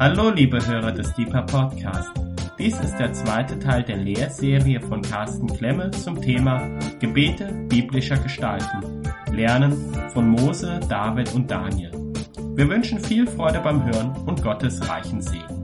Hallo liebe Hörer des Deeper Podcast. Dies ist der zweite Teil der Lehrserie von Carsten Klemme zum Thema Gebete biblischer Gestalten. Lernen von Mose, David und Daniel. Wir wünschen viel Freude beim Hören und Gottes reichen Segen.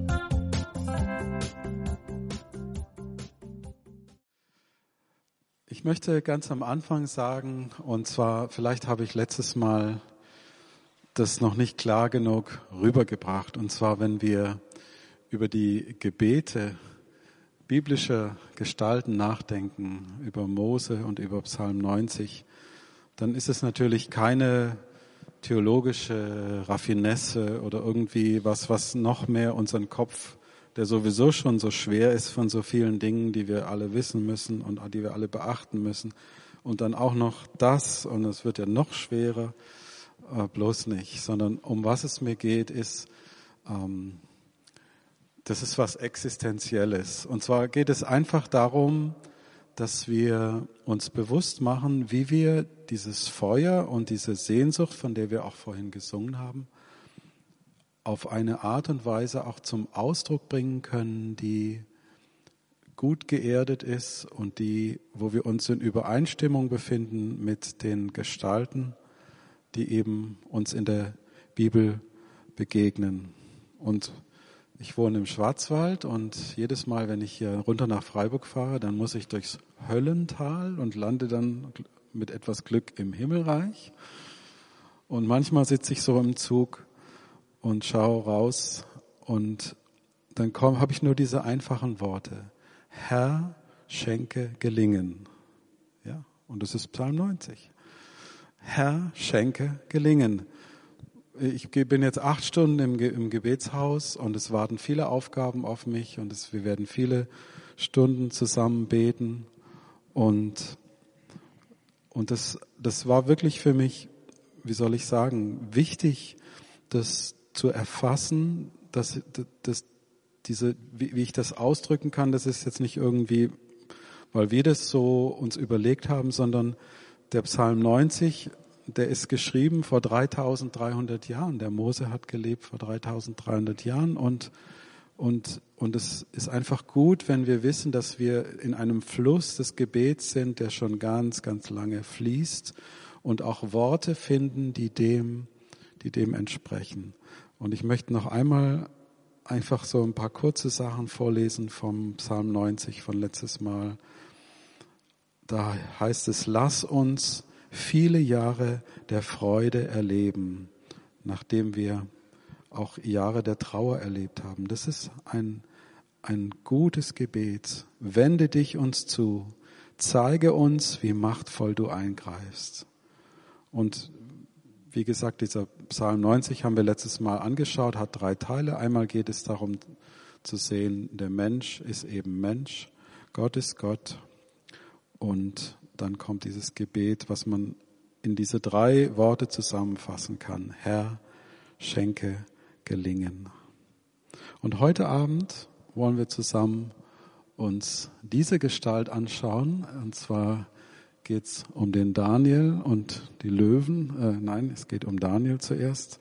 Ich möchte ganz am Anfang sagen, und zwar, vielleicht habe ich letztes Mal das noch nicht klar genug rübergebracht. Und zwar, wenn wir über die Gebete biblischer Gestalten nachdenken, über Mose und über Psalm 90, dann ist es natürlich keine theologische Raffinesse oder irgendwie was noch mehr unseren Kopf, der sowieso schon so schwer ist von so vielen Dingen, die wir alle wissen müssen und die wir alle beachten müssen. Und dann auch noch das, und es wird ja noch schwerer, bloß nicht, sondern um was es mir geht, ist, das ist was Existenzielles. Und zwar geht es einfach darum, dass wir uns bewusst machen, wie wir dieses Feuer und diese Sehnsucht, von der wir auch vorhin gesungen haben, auf eine Art und Weise auch zum Ausdruck bringen können, die gut geerdet ist und wo wir uns in Übereinstimmung befinden mit den Gestalten, die eben uns in der Bibel begegnen. Und ich wohne im Schwarzwald und jedes Mal, wenn ich hier runter nach Freiburg fahre, dann muss ich durchs Höllental und lande dann mit etwas Glück im Himmelreich. Und manchmal sitze ich so im Zug und schaue raus und dann habe ich nur diese einfachen Worte. Herr, schenke Gelingen. Ja, und das ist Psalm 90. Herr, schenke Gelingen. Ich bin jetzt 8 Stunden im Gebetshaus und es warten viele Aufgaben auf mich und wir werden viele Stunden zusammen beten und das war wirklich für mich, wie soll ich sagen, wichtig, das zu erfassen, dass wie ich das ausdrücken kann, das ist jetzt nicht irgendwie, weil wir das so uns überlegt haben, sondern der Psalm 90, der ist geschrieben vor 3300 Jahren. Der Mose hat gelebt vor 3300 Jahren und es ist einfach gut, wenn wir wissen, dass wir in einem Fluss des Gebets sind, der schon ganz, ganz lange fließt und auch Worte finden, die dem entsprechen. Und ich möchte noch einmal einfach so ein paar kurze Sachen vorlesen vom Psalm 90 von letztes Mal. Da heißt es, lass uns viele Jahre der Freude erleben, nachdem wir auch Jahre der Trauer erlebt haben. Das ist ein gutes Gebet. Wende dich uns zu, zeige uns, wie machtvoll du eingreifst. Und wie gesagt, dieser Psalm 90 haben wir letztes Mal angeschaut, hat 3 Teile. Einmal geht es darum zu sehen, der Mensch ist eben Mensch, Gott ist Gott. Und dann kommt dieses Gebet, was man in diese 3 Worte zusammenfassen kann. Herr, schenke Gelingen. Und heute Abend wollen wir zusammen uns diese Gestalt anschauen. Und zwar geht es um den Daniel und die Löwen. Nein, es geht um Daniel zuerst.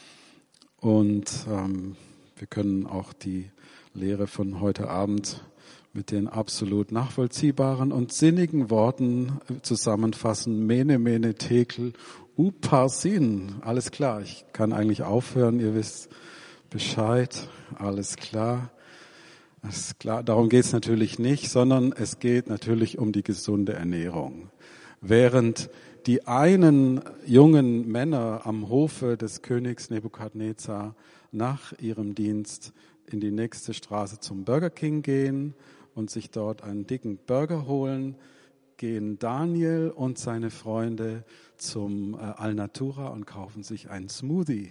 Und wir können auch die Lehre von heute Abend mit den absolut nachvollziehbaren und sinnigen Worten zusammenfassen. Mene, mene, tekel, uparsin. Alles klar, ich kann eigentlich aufhören, ihr wisst Bescheid. Alles klar. Alles klar. Darum geht es natürlich nicht, sondern es geht natürlich um die gesunde Ernährung. Während die einen jungen Männer am Hofe des Königs Nebukadnezar nach ihrem Dienst in die nächste Straße zum Burger King gehen und sich dort einen dicken Burger holen, gehen Daniel und seine Freunde zum Alnatura und kaufen sich einen Smoothie.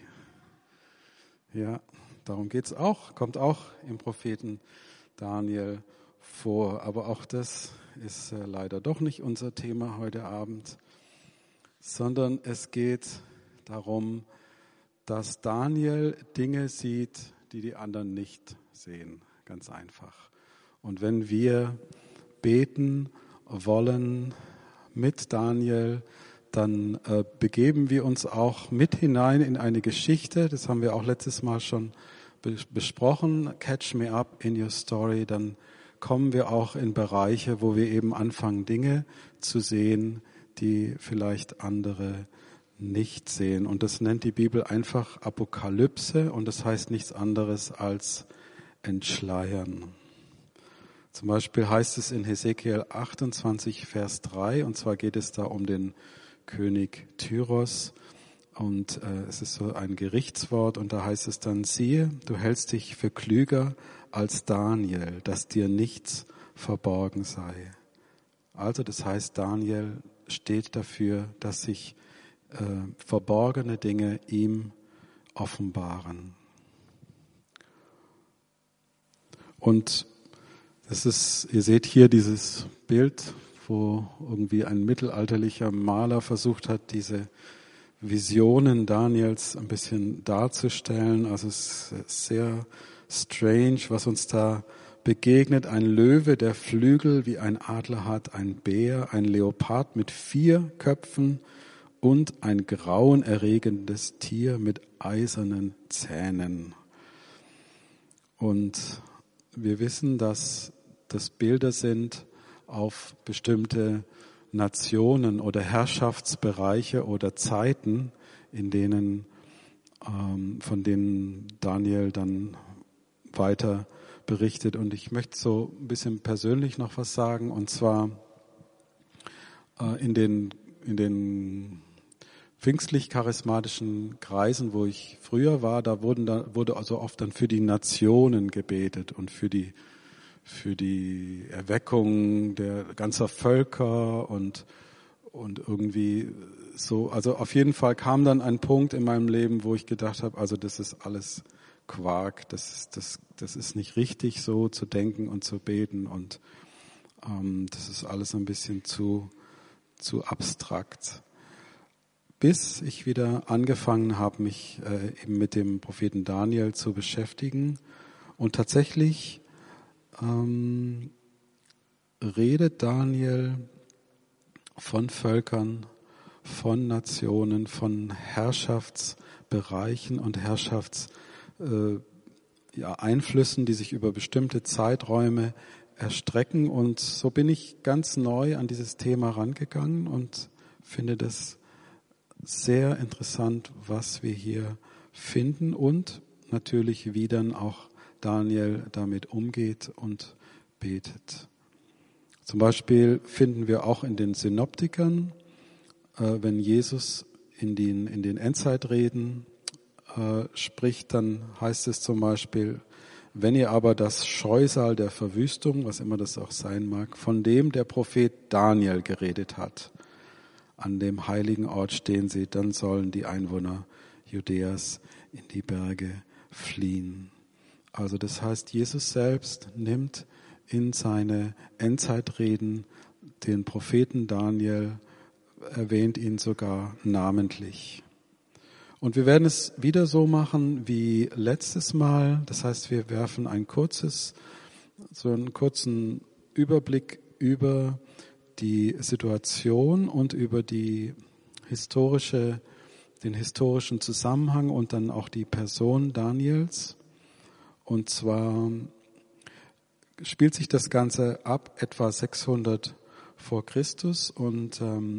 Ja, darum geht's auch, kommt auch im Propheten Daniel vor. Aber auch das ist leider doch nicht unser Thema heute Abend, sondern es geht darum, dass Daniel Dinge sieht, die die anderen nicht sehen. Ganz einfach. Und wenn wir beten wollen mit Daniel, dann begeben wir uns auch mit hinein in eine Geschichte. Das haben wir auch letztes Mal schon besprochen, Catch Me Up in Your Story, dann kommen wir auch in Bereiche, wo wir eben anfangen, Dinge zu sehen, die vielleicht andere nicht sehen. Und das nennt die Bibel einfach Apokalypse und das heißt nichts anderes als entschleiern. Zum Beispiel heißt es in Hesekiel 28, Vers 3, und zwar geht es da um den König Tyros. Und es ist so ein Gerichtswort und da heißt es dann, siehe, du hältst dich für klüger als Daniel, dass dir nichts verborgen sei. Also das heißt, Daniel steht dafür, dass sich verborgene Dinge ihm offenbaren. Und das ist, ihr seht hier dieses Bild, wo irgendwie ein mittelalterlicher Maler versucht hat, diese Visionen Daniels ein bisschen darzustellen. Also es ist sehr strange, was uns da begegnet. Ein Löwe, der Flügel wie ein Adler hat, ein Bär, ein Leopard mit 4 Köpfen und ein grauenerregendes Tier mit eisernen Zähnen. Und wir wissen, dass das Bilder sind auf bestimmte Nationen oder Herrschaftsbereiche oder Zeiten, in denen, von denen Daniel dann weiter berichtet. Und ich möchte so ein bisschen persönlich noch was sagen, und zwar in den pfingstlich-charismatischen Kreisen, wo ich früher war, da wurde also oft dann für die Nationen gebetet und für die Erweckung der ganzer Völker und irgendwie so. Also auf jeden Fall kam dann ein Punkt in meinem Leben, wo ich gedacht habe, also das ist alles Quark, das ist nicht richtig, so zu denken und zu beten, und das ist alles ein bisschen zu abstrakt. Bis ich wieder angefangen habe, mich eben mit dem Propheten Daniel zu beschäftigen, und tatsächlich redet Daniel von Völkern, von Nationen, von Herrschaftsbereichen und Einflüssen, die sich über bestimmte Zeiträume erstrecken. Und so bin ich ganz neu an dieses Thema rangegangen und finde das sehr interessant, was wir hier finden, und natürlich, wie dann auch Daniel damit umgeht und betet. Zum Beispiel finden wir auch in den Synoptikern, wenn Jesus in den Endzeitreden spricht, dann heißt es zum Beispiel, wenn ihr aber das Scheusal der Verwüstung, was immer das auch sein mag, von dem der Prophet Daniel geredet hat, an dem heiligen Ort stehen seht, dann sollen die Einwohner Judäas in die Berge fliehen. Also das heißt, Jesus selbst nimmt in seine Endzeitreden den Propheten Daniel, erwähnt ihn sogar namentlich. Und wir werden es wieder so machen wie letztes Mal. Das heißt, wir werfen einen kurzen Überblick über die Situation und über den historischen Zusammenhang und dann auch die Person Daniels. Und zwar spielt sich das Ganze ab etwa 600 vor Christus, und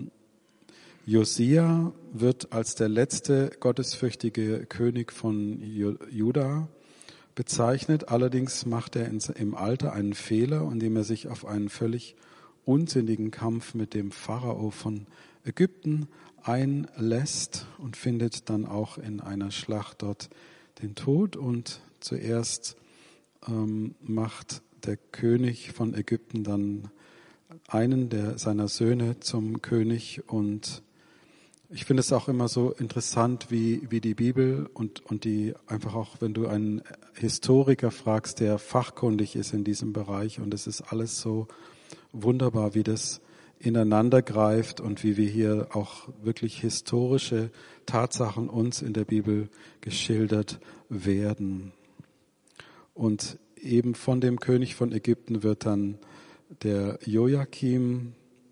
Josia wird als der letzte gottesfürchtige König von Juda bezeichnet. Allerdings macht er im Alter einen Fehler, indem er sich auf einen völlig unsinnigen Kampf mit dem Pharao von Ägypten einlässt und findet dann auch in einer Schlacht dort den Tod. Und zuerst macht der König von Ägypten dann einen seiner Söhne zum König. Und ich finde es auch immer so interessant, wie die Bibel und die einfach auch, wenn du einen Historiker fragst, der fachkundig ist in diesem Bereich, und es ist alles so wunderbar, wie das ineinander greift und wie wir hier auch wirklich historische Tatsachen uns in der Bibel geschildert werden. Und eben von dem König von Ägypten wird dann der Joachim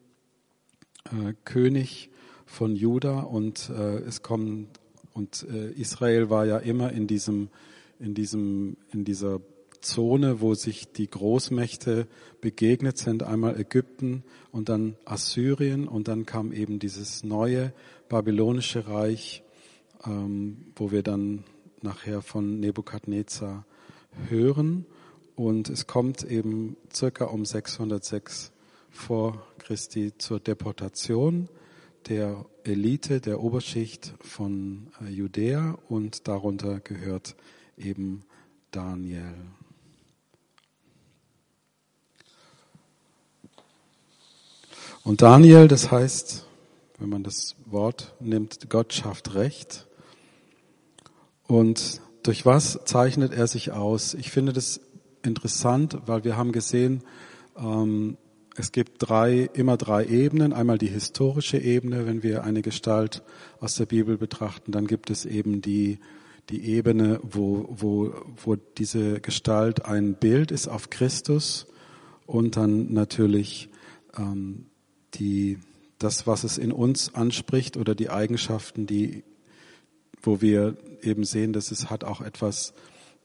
König von Juda, und Israel war ja immer in diesem in dieser Zone, wo sich die Großmächte begegnet sind, einmal Ägypten und dann Assyrien, und dann kam eben dieses neue babylonische Reich, wo wir dann nachher von Nebukadnezar hören. Und es kommt eben circa um 606 vor Christi zur Deportation der Elite, der Oberschicht von Judäa, und darunter gehört eben Daniel. Und Daniel, das heißt, wenn man das Wort nimmt, Gott schafft Recht. Und durch was zeichnet er sich aus? Ich finde das interessant, weil wir haben gesehen, es gibt immer drei Ebenen. Einmal die historische Ebene, wenn wir eine Gestalt aus der Bibel betrachten. Dann gibt es eben die Ebene, wo diese Gestalt ein Bild ist auf Christus. Und dann natürlich das, was es in uns anspricht, oder die Eigenschaften, wo wir eben sehen, dass es hat auch etwas,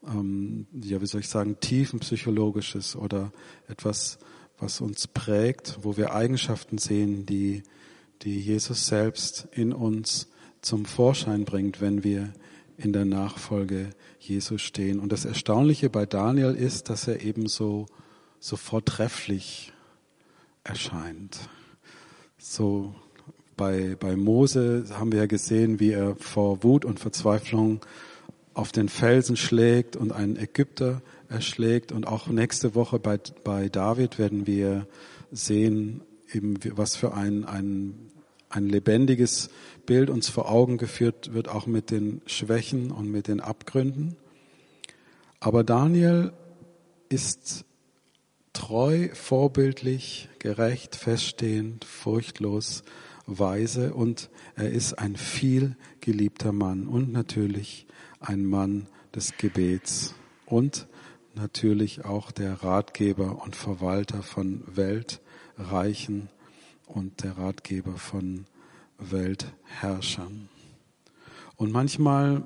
tiefenpsychologisches oder etwas, was uns prägt, wo wir Eigenschaften sehen, die Jesus selbst in uns zum Vorschein bringt, wenn wir in der Nachfolge Jesu stehen. Und das Erstaunliche bei Daniel ist, dass er eben so vortrefflich erscheint. So bei Mose haben wir ja gesehen, wie er vor Wut und Verzweiflung auf den Felsen schlägt und einen Ägypter erschlägt. Und auch nächste Woche bei David werden wir sehen, eben was für ein lebendiges Bild uns vor Augen geführt wird, auch mit den Schwächen und mit den Abgründen. Aber Daniel ist treu, vorbildlich, gerecht, feststehend, furchtlos, weise, und er ist ein viel geliebter Mann und natürlich ein Mann des Gebets und natürlich auch der Ratgeber und Verwalter von Weltreichen und der Ratgeber von Weltherrschern. Und manchmal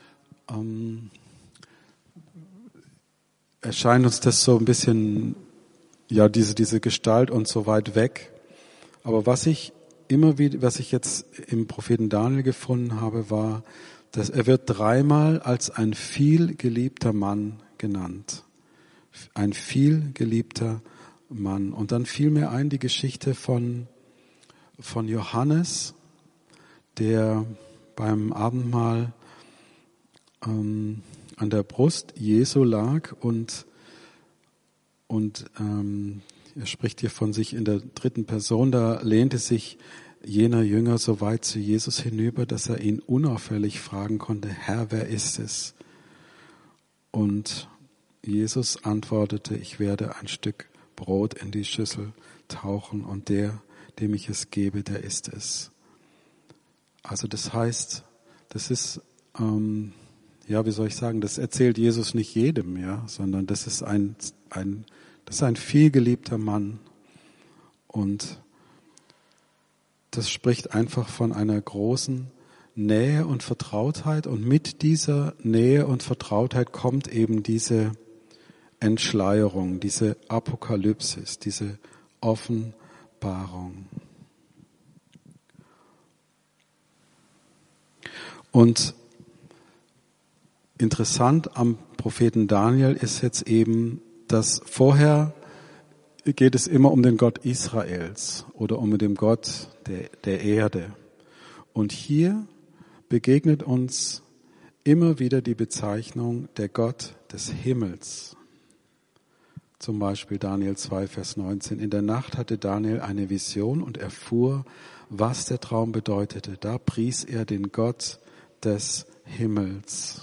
erscheint uns das so ein bisschen, diese Gestalt und so weit weg. Aber was ich jetzt im Propheten Daniel gefunden habe, war, dass er wird dreimal als ein viel geliebter Mann genannt. Ein viel geliebter Mann. Und dann fiel mir ein die Geschichte von Johannes, der beim Abendmahl an der Brust Jesu lag und er spricht hier von sich in der dritten Person. Da lehnte sich jener Jünger so weit zu Jesus hinüber, dass er ihn unauffällig fragen konnte: Herr, wer ist es? Und Jesus antwortete: Ich werde ein Stück Brot in die Schüssel tauchen, und der, dem ich es gebe, der ist es. Also das heißt, das ist, das erzählt Jesus nicht jedem, sondern das ist ein viel geliebter Mann. Und das spricht einfach von einer großen Nähe und Vertrautheit. Und mit dieser Nähe und Vertrautheit kommt eben diese Entschleierung, diese Apokalypsis, diese Offenbarung. Und interessant am Propheten Daniel ist jetzt eben, dass vorher geht es immer um den Gott Israels oder um den Gott der Erde. Und hier begegnet uns immer wieder die Bezeichnung der Gott des Himmels. Zum Beispiel Daniel 2, Vers 19. In der Nacht hatte Daniel eine Vision und erfuhr, was der Traum bedeutete. Da pries er den Gott des Himmels.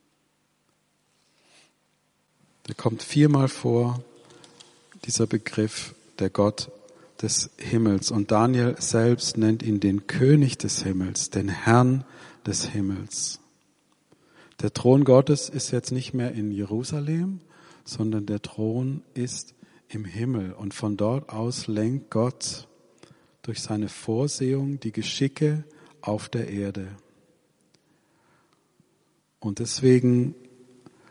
Der kommt 4-mal vor, dieser Begriff, der Gott des Himmels. Und Daniel selbst nennt ihn den König des Himmels, den Herrn des Himmels. Der Thron Gottes ist jetzt nicht mehr in Jerusalem, sondern der Thron ist im Himmel. Und von dort aus lenkt Gott durch seine Vorsehung die Geschicke auf der Erde. Und deswegen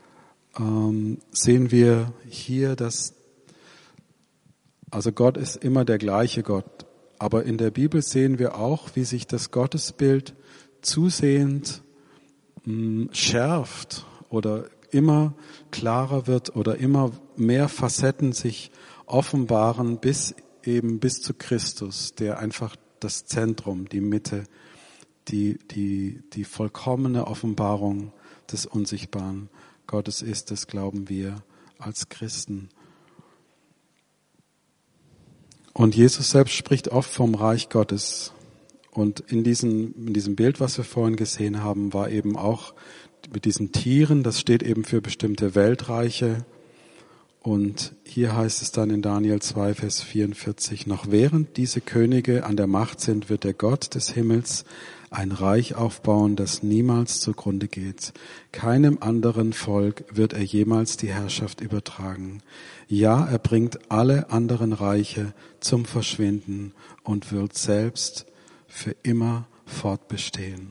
sehen wir hier, dass also Gott ist immer der gleiche Gott. Aber in der Bibel sehen wir auch, wie sich das Gottesbild zusehend schärft oder immer klarer wird oder immer mehr Facetten sich offenbaren bis zu Christus, der einfach das Zentrum, die Mitte, die vollkommene Offenbarung des unsichtbaren Gottes ist. Das glauben wir als Christen. Und Jesus selbst spricht oft vom Reich Gottes. Und in diesem Bild, was wir vorhin gesehen haben, war eben auch mit diesen Tieren, das steht eben für bestimmte Weltreiche. Und hier heißt es dann in Daniel 2, Vers 44, noch während diese Könige an der Macht sind, wird der Gott des Himmels ein Reich aufbauen, das niemals zugrunde geht. Keinem anderen Volk wird er jemals die Herrschaft übertragen. Ja, er bringt alle anderen Reiche zum Verschwinden und wird selbst für immer fortbestehen.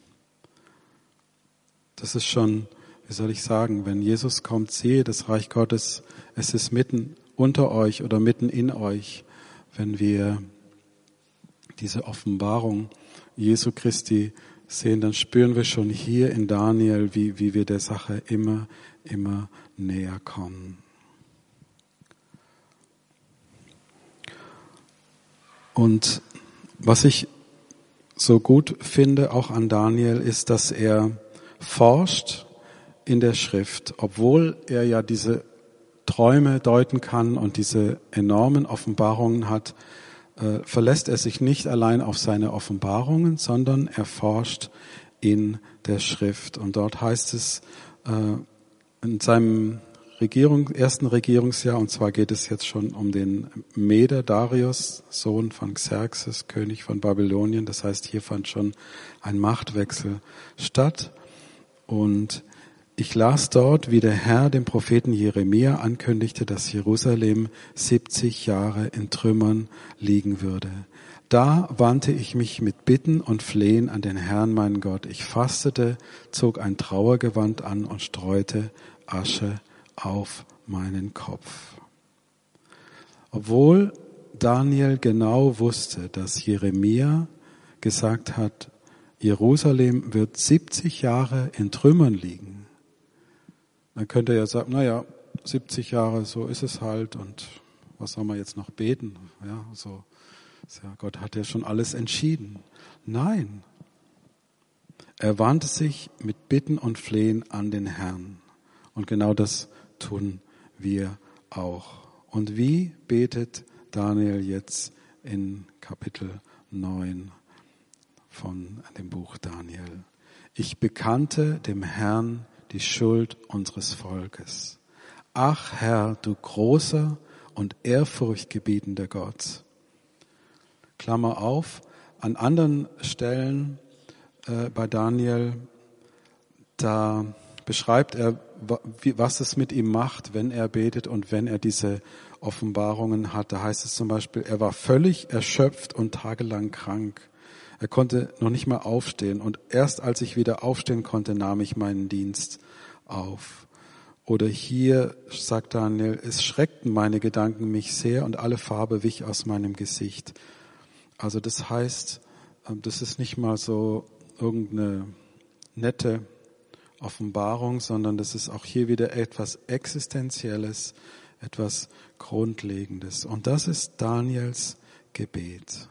Das ist schon, wie soll ich sagen, wenn Jesus kommt, siehe das Reich Gottes, es ist mitten unter euch oder mitten in euch, wenn wir diese Offenbarung Jesu Christi sehen, dann spüren wir schon hier in Daniel, wie wir der Sache immer näher kommen. Und was ich so gut finde, auch an Daniel, ist, dass er forscht in der Schrift, obwohl er ja diese Träume deuten kann und diese enormen Offenbarungen hat, verlässt er sich nicht allein auf seine Offenbarungen, sondern er forscht in der Schrift. Und dort heißt es in seinem ersten Regierungsjahr, und zwar geht es jetzt schon um den Meder Darius, Sohn von Xerxes, König von Babylonien. Das heißt, hier fand schon ein Machtwechsel statt. Und ich las dort, wie der Herr dem Propheten Jeremia ankündigte, dass Jerusalem 70 Jahre in Trümmern liegen würde. Da wandte ich mich mit Bitten und Flehen an den Herrn, meinen Gott. Ich fastete, zog ein Trauergewand an und streute Asche auf meinen Kopf. Obwohl Daniel genau wusste, dass Jeremia gesagt hat, Jerusalem wird 70 Jahre in Trümmern liegen. Dann könnte er ja sagen, 70 Jahre, so ist es halt und was soll man jetzt noch beten? Ja, so, ja, Gott hat ja schon alles entschieden. Nein, er wandte sich mit Bitten und Flehen an den Herrn. Und genau das tun wir auch. Und wie betet Daniel jetzt in Kapitel 9 von dem Buch Daniel? Ich bekannte dem Herrn die Schuld unseres Volkes. Ach Herr, du großer und ehrfurchtgebietender Gott. Klammer auf, an anderen Stellen bei Daniel, da beschreibt er, was es mit ihm macht, wenn er betet und wenn er diese Offenbarungen hat. Da heißt es zum Beispiel, er war völlig erschöpft und tagelang krank. Er konnte noch nicht mal aufstehen und erst als ich wieder aufstehen konnte, nahm ich meinen Dienst auf. Oder hier sagt Daniel, es schreckten meine Gedanken mich sehr und alle Farbe wich aus meinem Gesicht. Also das heißt, das ist nicht mal so irgendeine nette Offenbarung, sondern das ist auch hier wieder etwas Existenzielles, etwas Grundlegendes. Und das ist Daniels Gebet.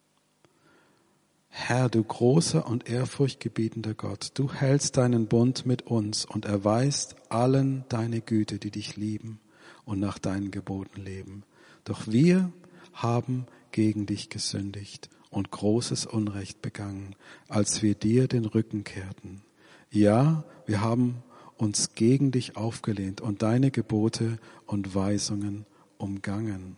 Herr, du großer und ehrfurchtgebietender Gott, du hältst deinen Bund mit uns und erweist allen deine Güte, die dich lieben und nach deinen Geboten leben. Doch wir haben gegen dich gesündigt und großes Unrecht begangen, als wir dir den Rücken kehrten. Ja, wir haben uns gegen dich aufgelehnt und deine Gebote und Weisungen umgangen.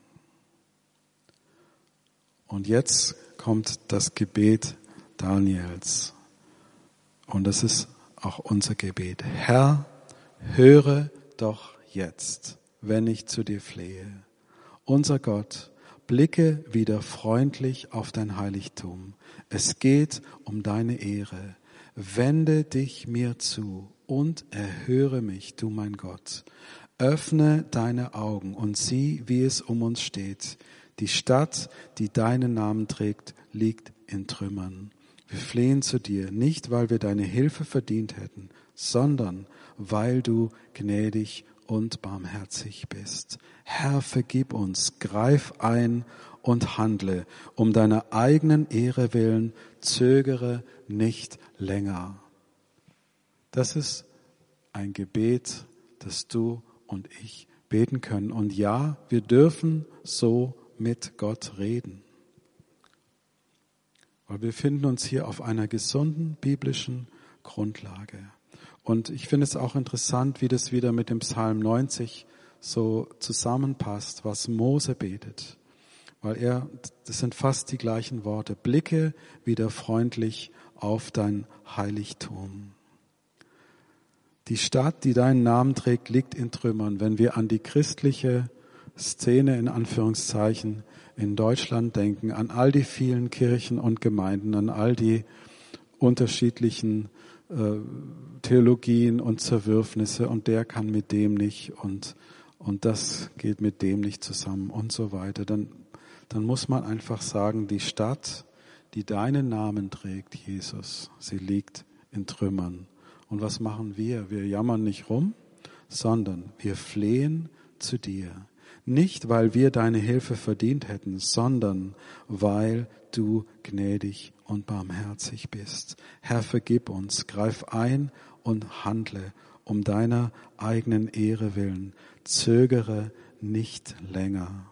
Und jetzt kommt das Gebet Daniels. Und das ist auch unser Gebet. Herr, höre doch jetzt, wenn ich zu dir flehe. Unser Gott, blicke wieder freundlich auf dein Heiligtum. Es geht um deine Ehre. Wende dich mir zu und erhöre mich, du mein Gott. Öffne deine Augen und sieh, wie es um uns steht. Die Stadt, die deinen Namen trägt, liegt in Trümmern. Wir flehen zu dir, nicht weil wir deine Hilfe verdient hätten, sondern weil du gnädig und barmherzig bist. Herr, vergib uns, greif ein und handle. Um deiner eigenen Ehre willen, zögere nicht länger. Das ist ein Gebet, das du und ich beten können. Und ja, wir dürfen so mit Gott reden. Weil wir befinden uns hier auf einer gesunden biblischen Grundlage. Und ich finde es auch interessant, wie das wieder mit dem Psalm 90 so zusammenpasst, was Mose betet. Weil das sind fast die gleichen Worte. Blicke wieder freundlich auf dein Heiligtum. Die Stadt, die deinen Namen trägt, liegt in Trümmern. Wenn wir an die christliche Szene in Anführungszeichen in Deutschland denken, an all die vielen Kirchen und Gemeinden, an all die unterschiedlichen Theologien und Zerwürfnisse und der kann mit dem nicht und das geht mit dem nicht zusammen und so weiter, dann muss man einfach sagen, die Stadt, die deinen Namen trägt, Jesus, sie liegt in Trümmern. Und was machen wir? Wir jammern nicht rum, sondern wir flehen zu dir. Nicht, weil wir deine Hilfe verdient hätten, sondern weil du gnädig und barmherzig bist. Herr, vergib uns, greif ein und handle um deiner eigenen Ehre willen. Zögere nicht länger.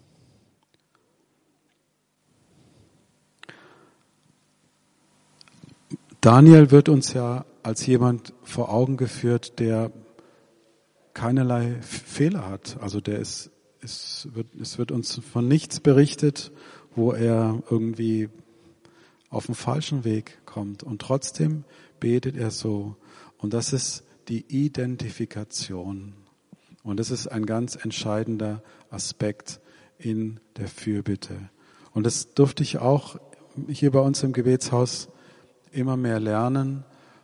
Daniel wird uns ja als jemand vor Augen geführt, der keinerlei Fehler hat. Also es wird uns von nichts berichtet, wo er irgendwie auf den falschen Weg kommt. Und trotzdem betet er so. Und das ist die Identifikation. Und das ist ein ganz entscheidender Aspekt in der Fürbitte. Und das durfte ich auch hier bei uns im Gebetshaus immer mehr lernen,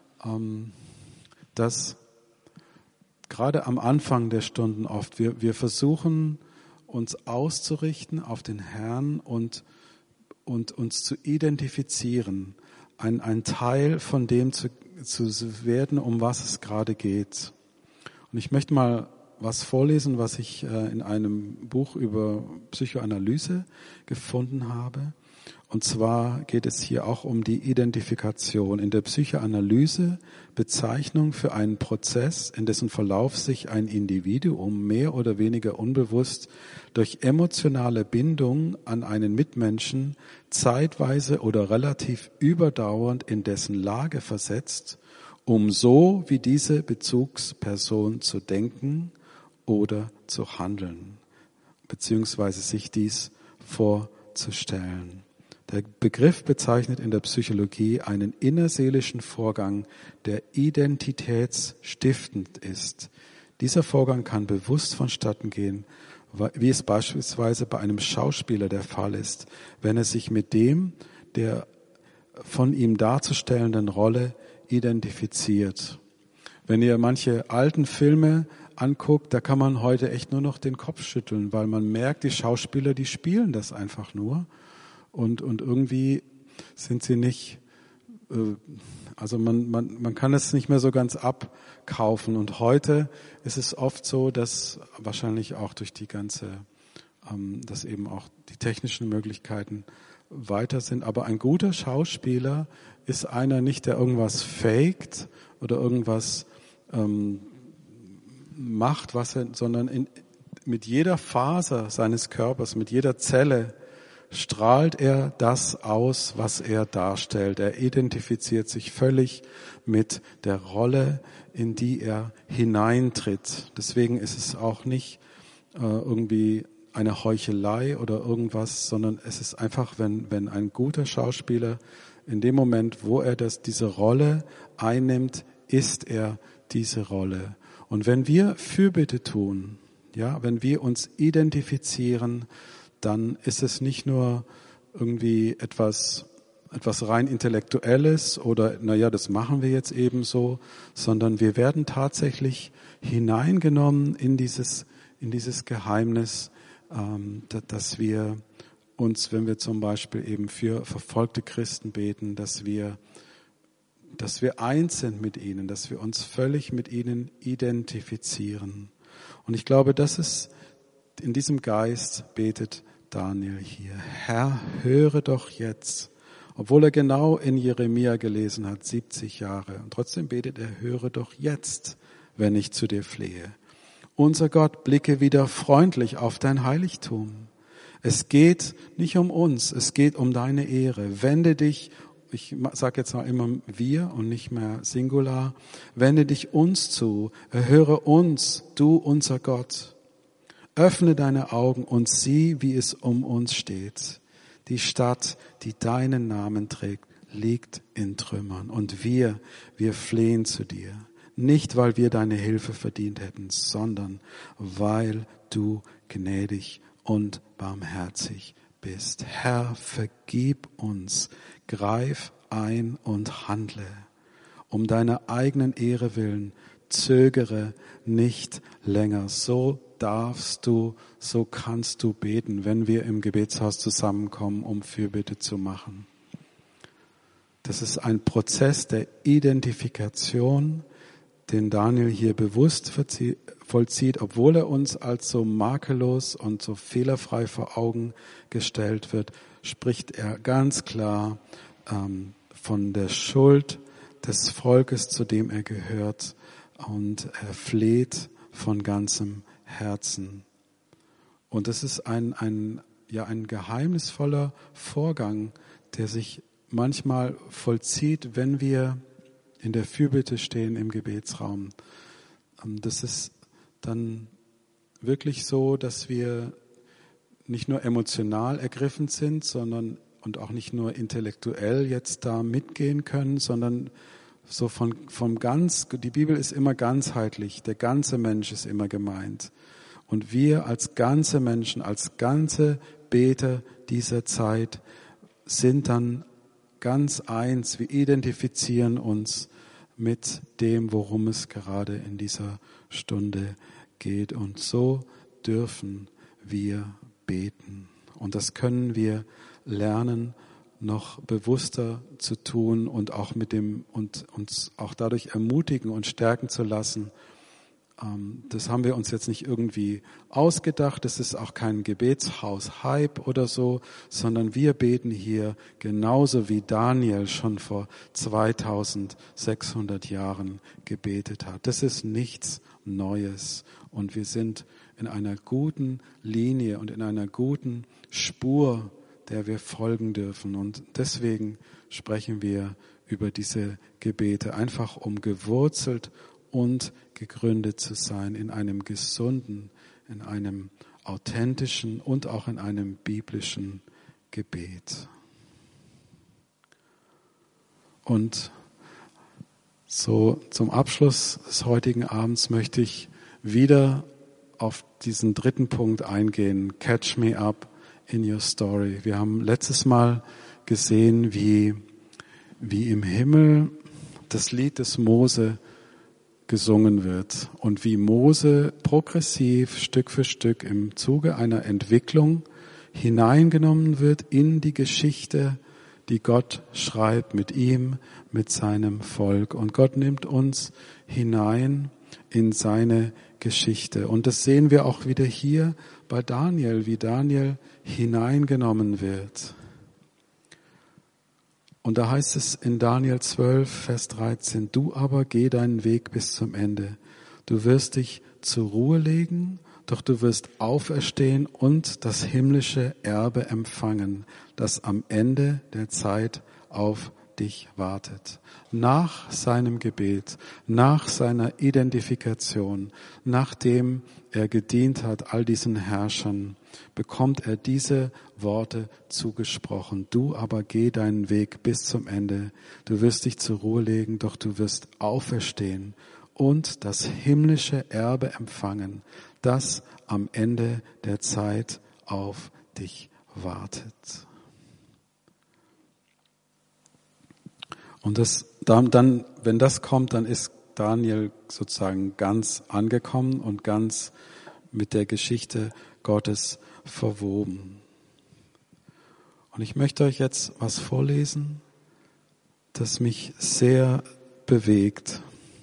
dass gerade am Anfang der Stunden oft wir versuchen, uns auszurichten auf den Herrn und uns zu identifizieren, ein Teil von dem zu werden, um was es gerade geht. Und ich möchte mal was vorlesen, was ich in einem Buch über Psychoanalyse gefunden habe. Und zwar geht es hier auch um die Identifikation. In der Psychoanalyse Bezeichnung für einen Prozess, in dessen Verlauf sich ein Individuum mehr oder weniger unbewusst durch emotionale Bindung an einen Mitmenschen zeitweise oder relativ überdauernd in dessen Lage versetzt, um so wie diese Bezugsperson zu denken oder zu handeln, beziehungsweise sich dies vorzustellen. Der Begriff bezeichnet in der Psychologie einen innerseelischen Vorgang, der identitätsstiftend ist. Dieser Vorgang kann bewusst vonstatten gehen, wie es beispielsweise bei einem Schauspieler der Fall ist, wenn er sich mit dem, der von ihm darzustellenden Rolle identifiziert. Wenn ihr manche alten Filme anguckt, da kann man heute echt nur noch den Kopf schütteln, weil man merkt, die Schauspieler, die spielen das einfach nur. Und irgendwie sind sie nicht, also man kann es nicht mehr so ganz abkaufen. Und heute ist es oft so, dass wahrscheinlich auch durch die dass eben auch die technischen Möglichkeiten weiter sind. Aber ein guter Schauspieler ist einer nicht, der irgendwas faked oder irgendwas macht, sondern mit jeder Faser seines Körpers, mit jeder Zelle strahlt er das aus, was er darstellt. Er identifiziert sich völlig mit der Rolle, in die er hineintritt. Deswegen ist es auch nicht irgendwie eine Heuchelei oder irgendwas, sondern es ist einfach, wenn ein guter Schauspieler in dem Moment, wo er diese Rolle einnimmt, ist er diese Rolle. Und wenn wir Fürbitte tun, ja, wenn wir uns identifizieren, dann ist es nicht nur irgendwie etwas etwas rein Intellektuelles oder, naja, das machen wir jetzt eben so, sondern wir werden tatsächlich hineingenommen in dieses Geheimnis, dass wir uns, wenn wir zum Beispiel eben für verfolgte Christen beten, dass wir eins sind mit ihnen, dass wir uns völlig mit ihnen identifizieren. Und ich glaube, das ist, in diesem Geist betet Daniel hier. Herr, höre doch jetzt, obwohl er genau in Jeremia gelesen hat, 70 Jahre. Und trotzdem betet er, höre doch jetzt, wenn ich zu dir flehe. Unser Gott, blicke wieder freundlich auf dein Heiligtum. Es geht nicht um uns, es geht um deine Ehre. Wende dich, ich sage jetzt mal immer wir und nicht mehr Singular, wende dich uns zu, erhöre uns, du unser Gott. Öffne deine Augen und sieh, wie es um uns steht. Die Stadt, die deinen Namen trägt, liegt in Trümmern und wir flehen zu dir. Nicht, weil wir deine Hilfe verdient hätten, sondern weil du gnädig und barmherzig bist. Herr, vergib uns, greif ein und handle. Um deiner eigenen Ehre willen, zögere nicht länger. So darfst du, so kannst du beten, wenn wir im Gebetshaus zusammenkommen, um Fürbitte zu machen. Das ist ein Prozess der Identifikation, den Daniel hier bewusst vollzieht, obwohl er uns als so makellos und so fehlerfrei vor Augen gestellt wird, spricht er ganz klar von der Schuld des Volkes, zu dem er gehört, und er fleht von ganzem Herzen. Und das ist ein geheimnisvoller Vorgang, der sich manchmal vollzieht, wenn wir in der Fürbitte stehen im Gebetsraum. Das ist dann wirklich so, dass wir nicht nur emotional ergriffen sind, sondern und auch nicht nur intellektuell jetzt da mitgehen können, sondern so vom ganz, die Bibel ist immer ganzheitlich, der ganze Mensch ist immer gemeint. Und wir als ganze Menschen, als ganze Beter dieser Zeit sind dann ganz eins. Wir identifizieren uns mit dem, worum es gerade in dieser Stunde geht. Und so dürfen wir beten. Und das können wir lernen, noch bewusster zu tun und auch und uns auch dadurch ermutigen und stärken zu lassen. Das haben wir uns jetzt nicht irgendwie ausgedacht. Das ist auch kein Gebetshaus-Hype oder so, sondern wir beten hier genauso wie Daniel schon vor 2600 Jahren gebetet hat. Das ist nichts Neues und wir sind in einer guten Linie und in einer guten Spur, der wir folgen dürfen. Und deswegen sprechen wir über diese Gebete, einfach um gewurzelt und gegründet zu sein in einem gesunden, in einem authentischen und auch in einem biblischen Gebet. Und so zum Abschluss des heutigen Abends möchte ich wieder auf diesen dritten Punkt eingehen. Catch me up in your story. Wir haben letztes Mal gesehen, wie im Himmel das Lied des Mose gesungen wird und wie Mose progressiv Stück für Stück im Zuge einer Entwicklung hineingenommen wird in die Geschichte, die Gott schreibt mit ihm, mit seinem Volk. Und Gott nimmt uns hinein in seine Geschichte. Und das sehen wir auch wieder hier bei Daniel, wie Daniel hineingenommen wird. Und da heißt es in Daniel 12, Vers 13, du aber geh deinen Weg bis zum Ende. Du wirst dich zur Ruhe legen, doch du wirst auferstehen und das himmlische Erbe empfangen, das am Ende der Zeit auf dich wartet. Nach seinem Gebet, nach seiner Identifikation, nachdem er gedient hat all diesen Herrschern, bekommt er diese Worte zugesprochen. Du aber geh deinen Weg bis zum Ende. Du wirst dich zur Ruhe legen, doch du wirst auferstehen und das himmlische Erbe empfangen, das am Ende der Zeit auf dich wartet. Und dann, wenn das kommt, dann ist Daniel sozusagen ganz angekommen und ganz mit der Geschichte Gottes verwoben. Und ich möchte euch jetzt was vorlesen, das mich sehr bewegt.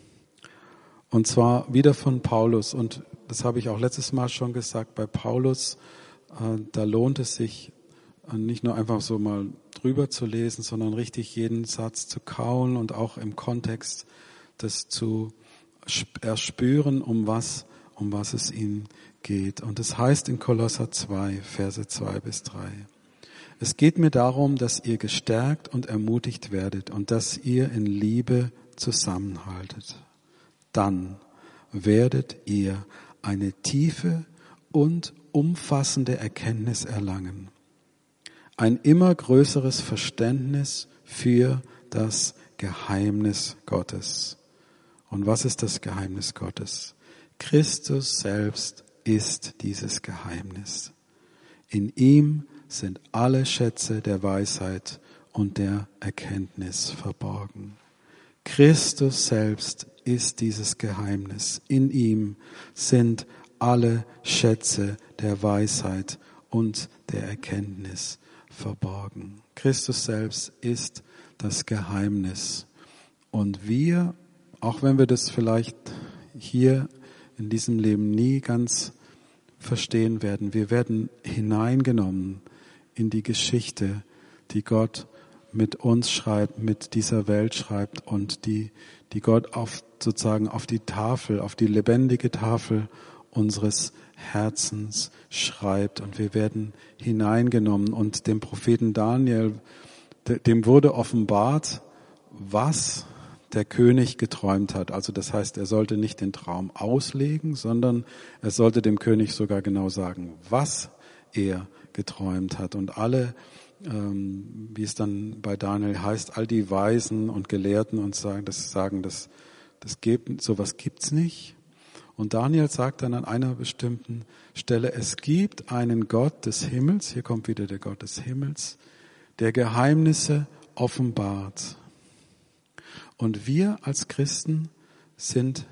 Und zwar wieder von Paulus. Und das habe ich auch letztes Mal schon gesagt, bei Paulus, da lohnt es sich, nicht nur einfach so mal drüber zu lesen, sondern richtig jeden Satz zu kauen und auch im Kontext das zu erspüren, um was es ihm geht. Und es heißt in Kolosser 2, Verse 2 bis 3. Es geht mir darum, dass ihr gestärkt und ermutigt werdet und dass ihr in Liebe zusammenhaltet. Dann werdet ihr eine tiefe und umfassende Erkenntnis erlangen. Ein immer größeres Verständnis für das Geheimnis Gottes. Und was ist das Geheimnis Gottes? Christus selbst ist dieses Geheimnis. In ihm sind alle Schätze der Weisheit und der Erkenntnis verborgen. Christus selbst ist dieses Geheimnis. In ihm sind alle Schätze der Weisheit und der Erkenntnis verborgen. Christus selbst ist das Geheimnis. Und wir, auch wenn wir das vielleicht hier in diesem Leben nie ganz verstehen werden, wir werden hineingenommen in die Geschichte, die mit uns schreibt, mit dieser Welt schreibt und die Gott sozusagen auf die Tafel, auf die lebendige Tafel unseres Herzens schreibt. Und wir werden hineingenommen. Und dem Propheten Daniel, dem wurde offenbart, was der König geträumt hat. Also das heißt, er sollte nicht den Traum auslegen, sondern er sollte dem König sogar genau sagen, was er geträumt hat. Und alle, wie es dann bei Daniel heißt, all die Weisen und Gelehrten und sowas gibt's nicht. Und Daniel sagt dann an einer bestimmten Stelle, es gibt einen Gott des Himmels, hier kommt wieder der Gott des Himmels, der Geheimnisse offenbart. Und wir als Christen sind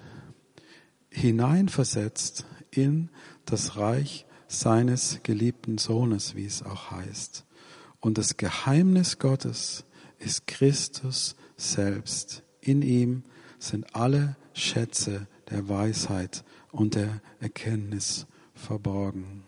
hineinversetzt in das Reich seines geliebten Sohnes, wie es auch heißt. Und das Geheimnis Gottes ist Christus selbst. In ihm sind alle Schätze der Weisheit und der Erkenntnis verborgen.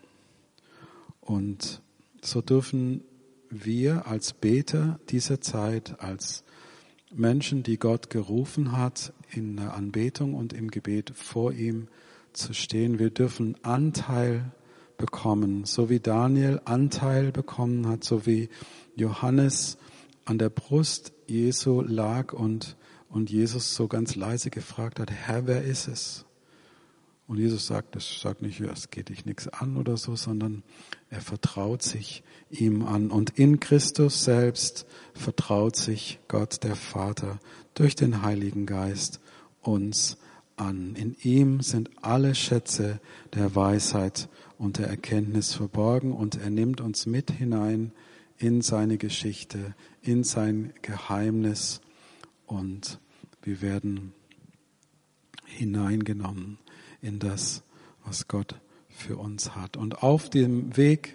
Und so dürfen wir als Beter dieser Zeit, als Menschen, die Gott gerufen hat, in der Anbetung und im Gebet vor ihm zu stehen, wir dürfen Anteil bekommen, so wie Daniel Anteil bekommen hat, so wie Johannes an der Brust Jesu lag und Jesus so ganz leise gefragt hat, Herr, wer ist es? Und Jesus sagt nicht, es geht dich nichts an oder so, sondern er vertraut sich ihm an. Und in Christus selbst vertraut sich Gott, der Vater, durch den Heiligen Geist uns an. In ihm sind alle Schätze der Weisheit und der Erkenntnis verborgen und er nimmt uns mit hinein in seine Geschichte, in sein Geheimnis und wir werden hineingenommen in das, was Gott für uns hat. Und auf dem Weg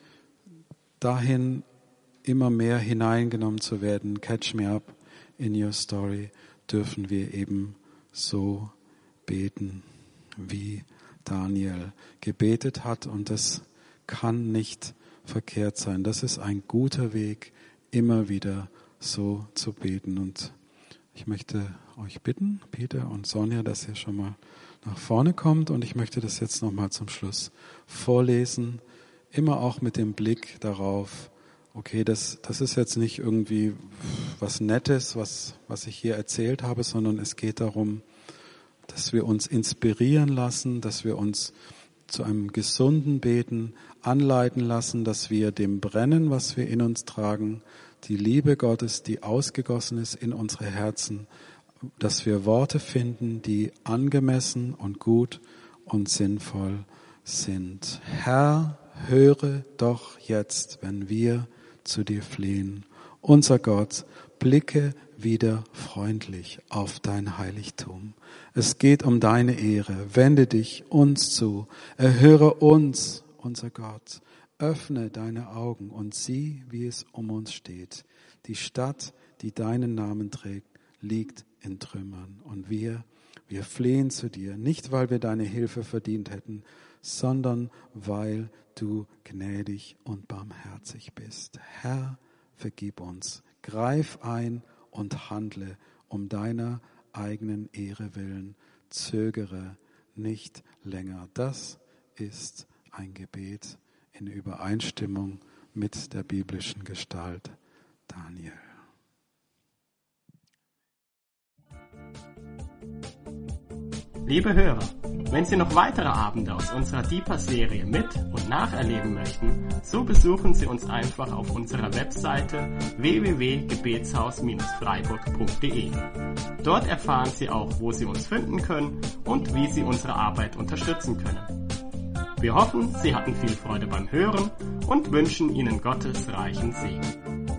dahin, immer mehr hineingenommen zu werden, catch me up in your story, dürfen wir eben so beten, wie Daniel gebetet hat. Und das kann nicht verkehrt sein. Das ist ein guter Weg, immer wieder so zu beten. Und ich möchte euch bitten, Peter und Sonja, dass ihr schon mal nach vorne kommt. Und ich möchte das jetzt nochmal zum Schluss vorlesen. Immer auch mit dem Blick darauf, okay, das ist jetzt nicht irgendwie was Nettes, was ich hier erzählt habe, sondern es geht darum, dass wir uns inspirieren lassen, dass wir uns zu einem gesunden Beten anleiten lassen, dass wir dem Brennen, was wir in uns tragen, die Liebe Gottes, die ausgegossen ist in unsere Herzen, dass wir Worte finden, die angemessen und gut und sinnvoll sind. Herr, höre doch jetzt, wenn wir zu dir flehen. Unser Gott, blicke wieder freundlich auf dein Heiligtum. Es geht um deine Ehre. Wende dich uns zu. Erhöre uns, unser Gott. Öffne deine Augen und sieh, wie es um uns steht. Die Stadt, die deinen Namen trägt, liegt in Trümmern. Und wir flehen zu dir, nicht weil wir deine Hilfe verdient hätten, sondern weil du gnädig und barmherzig bist. Herr, vergib uns. Greif ein und handle um deiner eigenen Ehre willen. Zögere nicht länger. Das ist ein Gebet in Übereinstimmung mit der biblischen Gestalt Daniel. Liebe Hörer, wenn Sie noch weitere Abende aus unserer Deeper-Serie mit- und nacherleben möchten, so besuchen Sie uns einfach auf unserer Webseite www.gebetshaus-freiburg.de. Dort erfahren Sie auch, wo Sie uns finden können und wie Sie unsere Arbeit unterstützen können. Wir hoffen, Sie hatten viel Freude beim Hören und wünschen Ihnen Gottes reichen Segen.